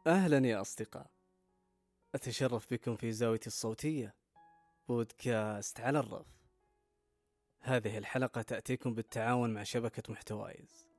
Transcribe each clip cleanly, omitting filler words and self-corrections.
أهلا يا أصدقاء، أتشرف بكم في زاويتي الصوتية، بودكاست على الرف. هذه الحلقة تأتيكم بالتعاون مع شبكة محتوايز.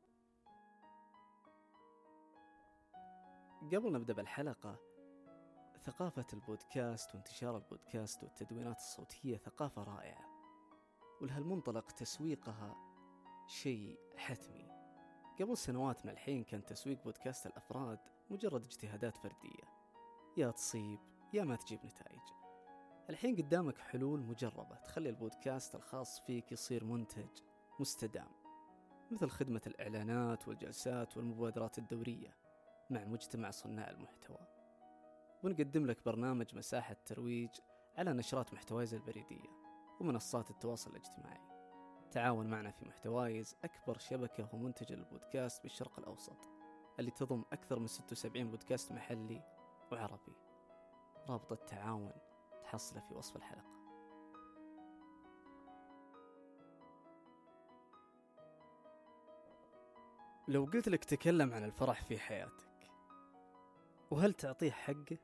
قبل نبدأ بالحلقة، ثقافة البودكاست وانتشار البودكاست والتدوينات الصوتية ثقافة رائعة، ولهالمنطلق تسويقها شيء حتمي. قبل سنوات من الحين كان تسويق بودكاست الأفراد مجرد اجتهادات فردية، يا تصيب يا ما تجيب نتائج. الحين قدامك حلول مجربة تخلي البودكاست الخاص فيك يصير منتج مستدام، مثل خدمة الإعلانات والجلسات والمبادرات الدورية مع مجتمع صناع المحتوى. ونقدم لك برنامج مساحة ترويج على نشرات محتوايز البريدية ومنصات التواصل الاجتماعي. تعاون معنا في محتوايز، أكبر شبكة ومنتج للبودكاست بالشرق الأوسط، اللي تضم أكثر من 76 بودكاست محلي وعربي. رابط التعاون تحصله في وصف الحلقة. لو قلت لك تكلم عن الفرح في حياتك، وهل تعطيه حقه؟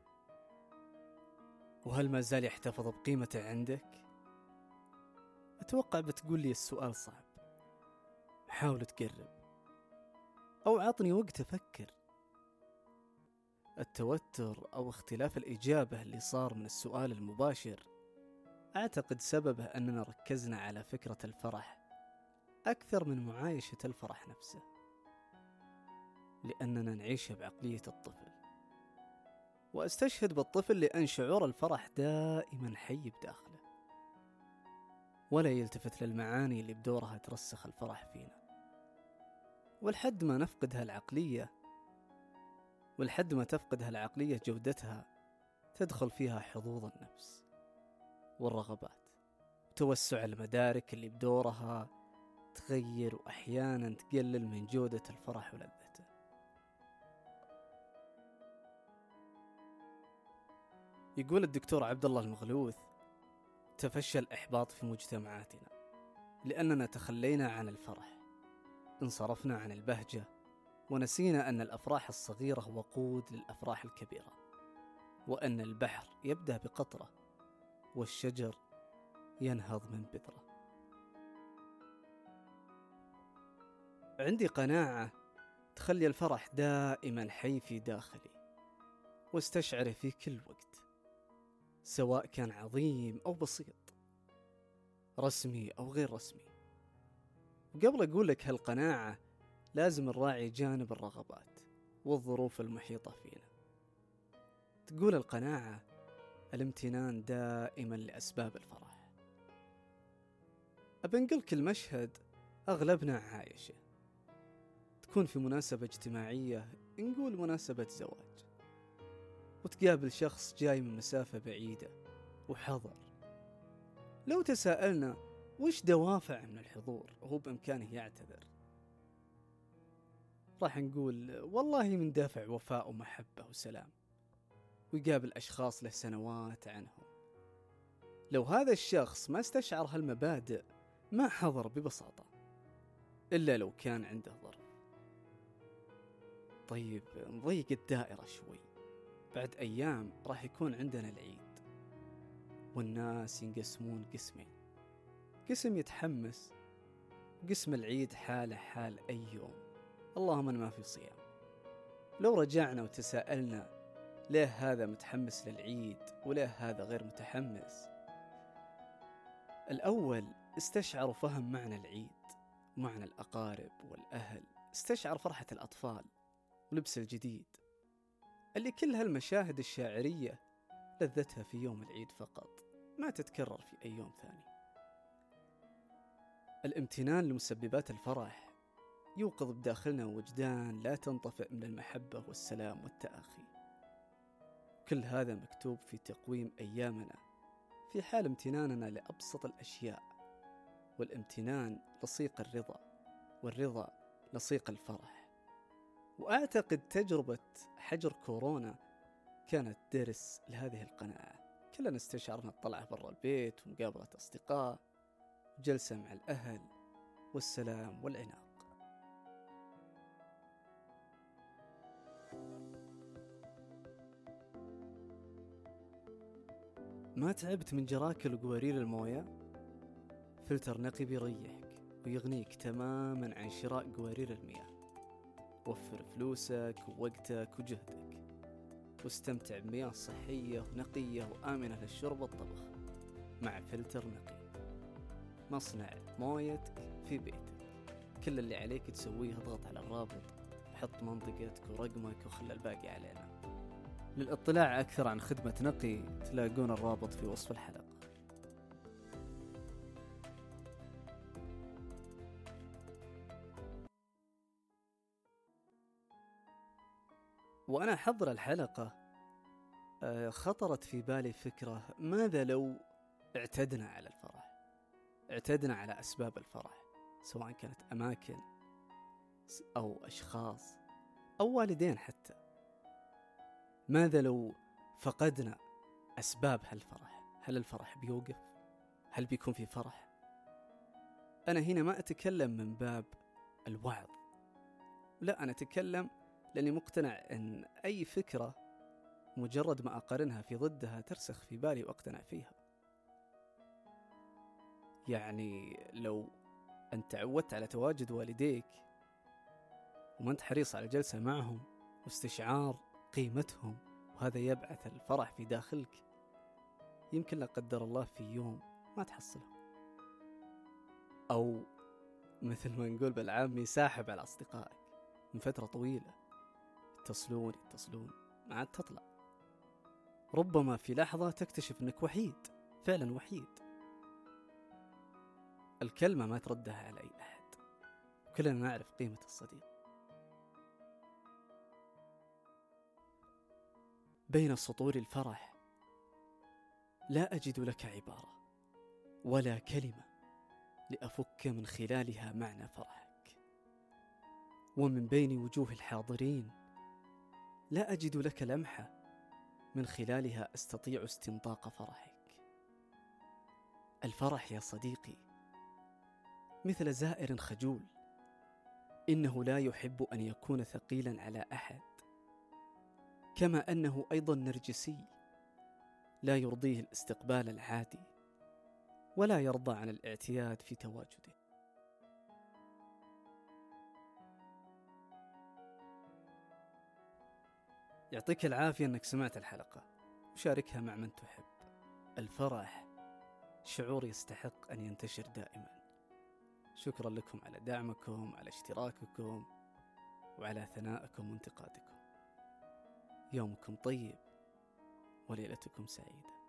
وهل ما زال يحتفظ بقيمته عندك؟ أتوقع بتقول لي السؤال صعب، حاول تقرب، أو عطني وقت أفكر. التوتر أو اختلاف الإجابة اللي صار من السؤال المباشر أعتقد سببه أننا ركزنا على فكرة الفرح أكثر من معايشة الفرح نفسه، لأننا نعيشه بعقلية الطفل. وأستشهد بالطفل لأن شعور الفرح دائما حي بداخله، ولا يلتفت للمعاني اللي بدورها ترسخ الفرح فينا. ولحد ما تفقد هالعقلية جودتها، تدخل فيها حظوظ النفس والرغبات وتوسع المدارك اللي بدورها تغير وأحيانا تقلل من جودة الفرح ولذته. يقول الدكتور عبد الله المغلوث: تفشى الإحباط في مجتمعاتنا لأننا تخلينا عن الفرح، انصرفنا عن البهجة، ونسينا أن الأفراح الصغيرة وقود للأفراح الكبيرة، وأن البحر يبدأ بقطرة والشجر ينهض من بذرة. عندي قناعة تخلي الفرح دائما حي في داخلي، واستشعره في كل وقت، سواء كان عظيم أو بسيط، رسمي أو غير رسمي. قبل أقول لك هالقناعة لازم نراعي جانب الرغبات والظروف المحيطة فينا. تقول القناعة الامتنان دائما لأسباب الفرح. أبنقلك المشهد أغلبنا عايشه، تكون في مناسبة اجتماعية، نقول مناسبة زواج، وتقابل شخص جاي من مسافة بعيدة وحضر. لو تساءلنا وش دوافع من الحضور وهو بإمكانه يعتذر، راح نقول والله من دافع وفاء ومحبة وسلام، ويقابل أشخاص له سنوات عنهم. لو هذا الشخص ما استشعر هالمبادئ ما حضر ببساطة، إلا لو كان عنده ظرف. طيب نضيق الدائرة شوي، بعد أيام راح يكون عندنا العيد، والناس ينقسمون قسمين: قسم يتحمس، قسم العيد حاله حال أي يوم، اللهم أن ما في صيام. لو رجعنا وتساءلنا ليه هذا متحمس للعيد وليه هذا غير متحمس، الأول استشعر وفهم معنى العيد ومعنى الأقارب والأهل، استشعر فرحة الأطفال ولبس الجديد، اللي كل هالمشاهد الشاعرية لذتها في يوم العيد فقط، ما تتكرر في أي يوم ثاني. الامتنان لمسببات الفرح يوقظ بداخلنا وجدان لا تنطفئ من المحبة والسلام والتآخي. كل هذا مكتوب في تقويم أيامنا في حال امتناننا لأبسط الأشياء، والامتنان لصيق الرضا، والرضا لصيق الفرح. وأعتقد تجربة حجر كورونا كانت درس لهذه القناعة. كلنا استشعرنا الطلعة برا البيت ومقابلة أصدقاء وجلسة مع الأهل والسلام والعناق. ما تعبت من جراكل وقوارير الموية؟ فلتر نقي بيريحك ويغنيك تماما عن شراء قوارير المياه. وفر فلوسك ووقتك وجهدك، واستمتع بمياه صحية ونقية وآمنة للشرب والطبخ مع فلتر نقي. مصنع مويتك في بيتك. كل اللي عليك تسويه اضغط على الرابط وحط منطقتك ورقمك وخلى الباقي علينا. للاطلاع أكثر عن خدمة نقي تلاقون الرابط في وصف الحلقة. وأنا أحضر الحلقة خطرت في بالي فكرة: ماذا لو اعتدنا على الفرح؟ اعتدنا على أسباب الفرح، سواء كانت أماكن أو أشخاص أو والدين حتى. ماذا لو فقدنا أسباب هالفرح؟ هل الفرح بيوقف؟ هل بيكون في فرح؟ أنا هنا ما أتكلم من باب الوعظ، لا، أنا أتكلم لأني مقتنع أن أي فكرة مجرد ما أقارنها في ضدها ترسخ في بالي وأقتنع فيها. يعني لو أنت تعودت على تواجد والديك وما أنت حريص على جلسة معهم واستشعار قيمتهم، وهذا يبعث الفرح في داخلك، يمكن لا قدر الله في يوم ما تحصلهم، أو مثل ما نقول بالعامي ساحب على أصدقائك من فترة طويلة، يتصلون ما عاد تطلع. ربما في لحظة تكتشف أنك وحيد، فعلا وحيد. الكلمة ما تردها على أي أحد، كلنا نعرف قيمة الصديق. بين سطور الفرح لا أجد لك عبارة ولا كلمة لأفك من خلالها معنى فرحك، ومن بين وجوه الحاضرين لا أجد لك لمحة من خلالها أستطيع استنطاق فرحك. الفرح يا صديقي مثل زائر خجول، إنه لا يحب أن يكون ثقيلا على أحد، كما أنه أيضا نرجسي لا يرضيه الاستقبال العادي ولا يرضى عن الاعتياد في تواجده. يعطيك العافية أنك سمعت الحلقة، وشاركها مع من تحب. الفرح شعور يستحق أن ينتشر دائما. شكرا لكم على دعمكم، على اشتراككم، وعلى ثنائكم وانتقادكم. يومكم طيب وليلتكم سعيدة.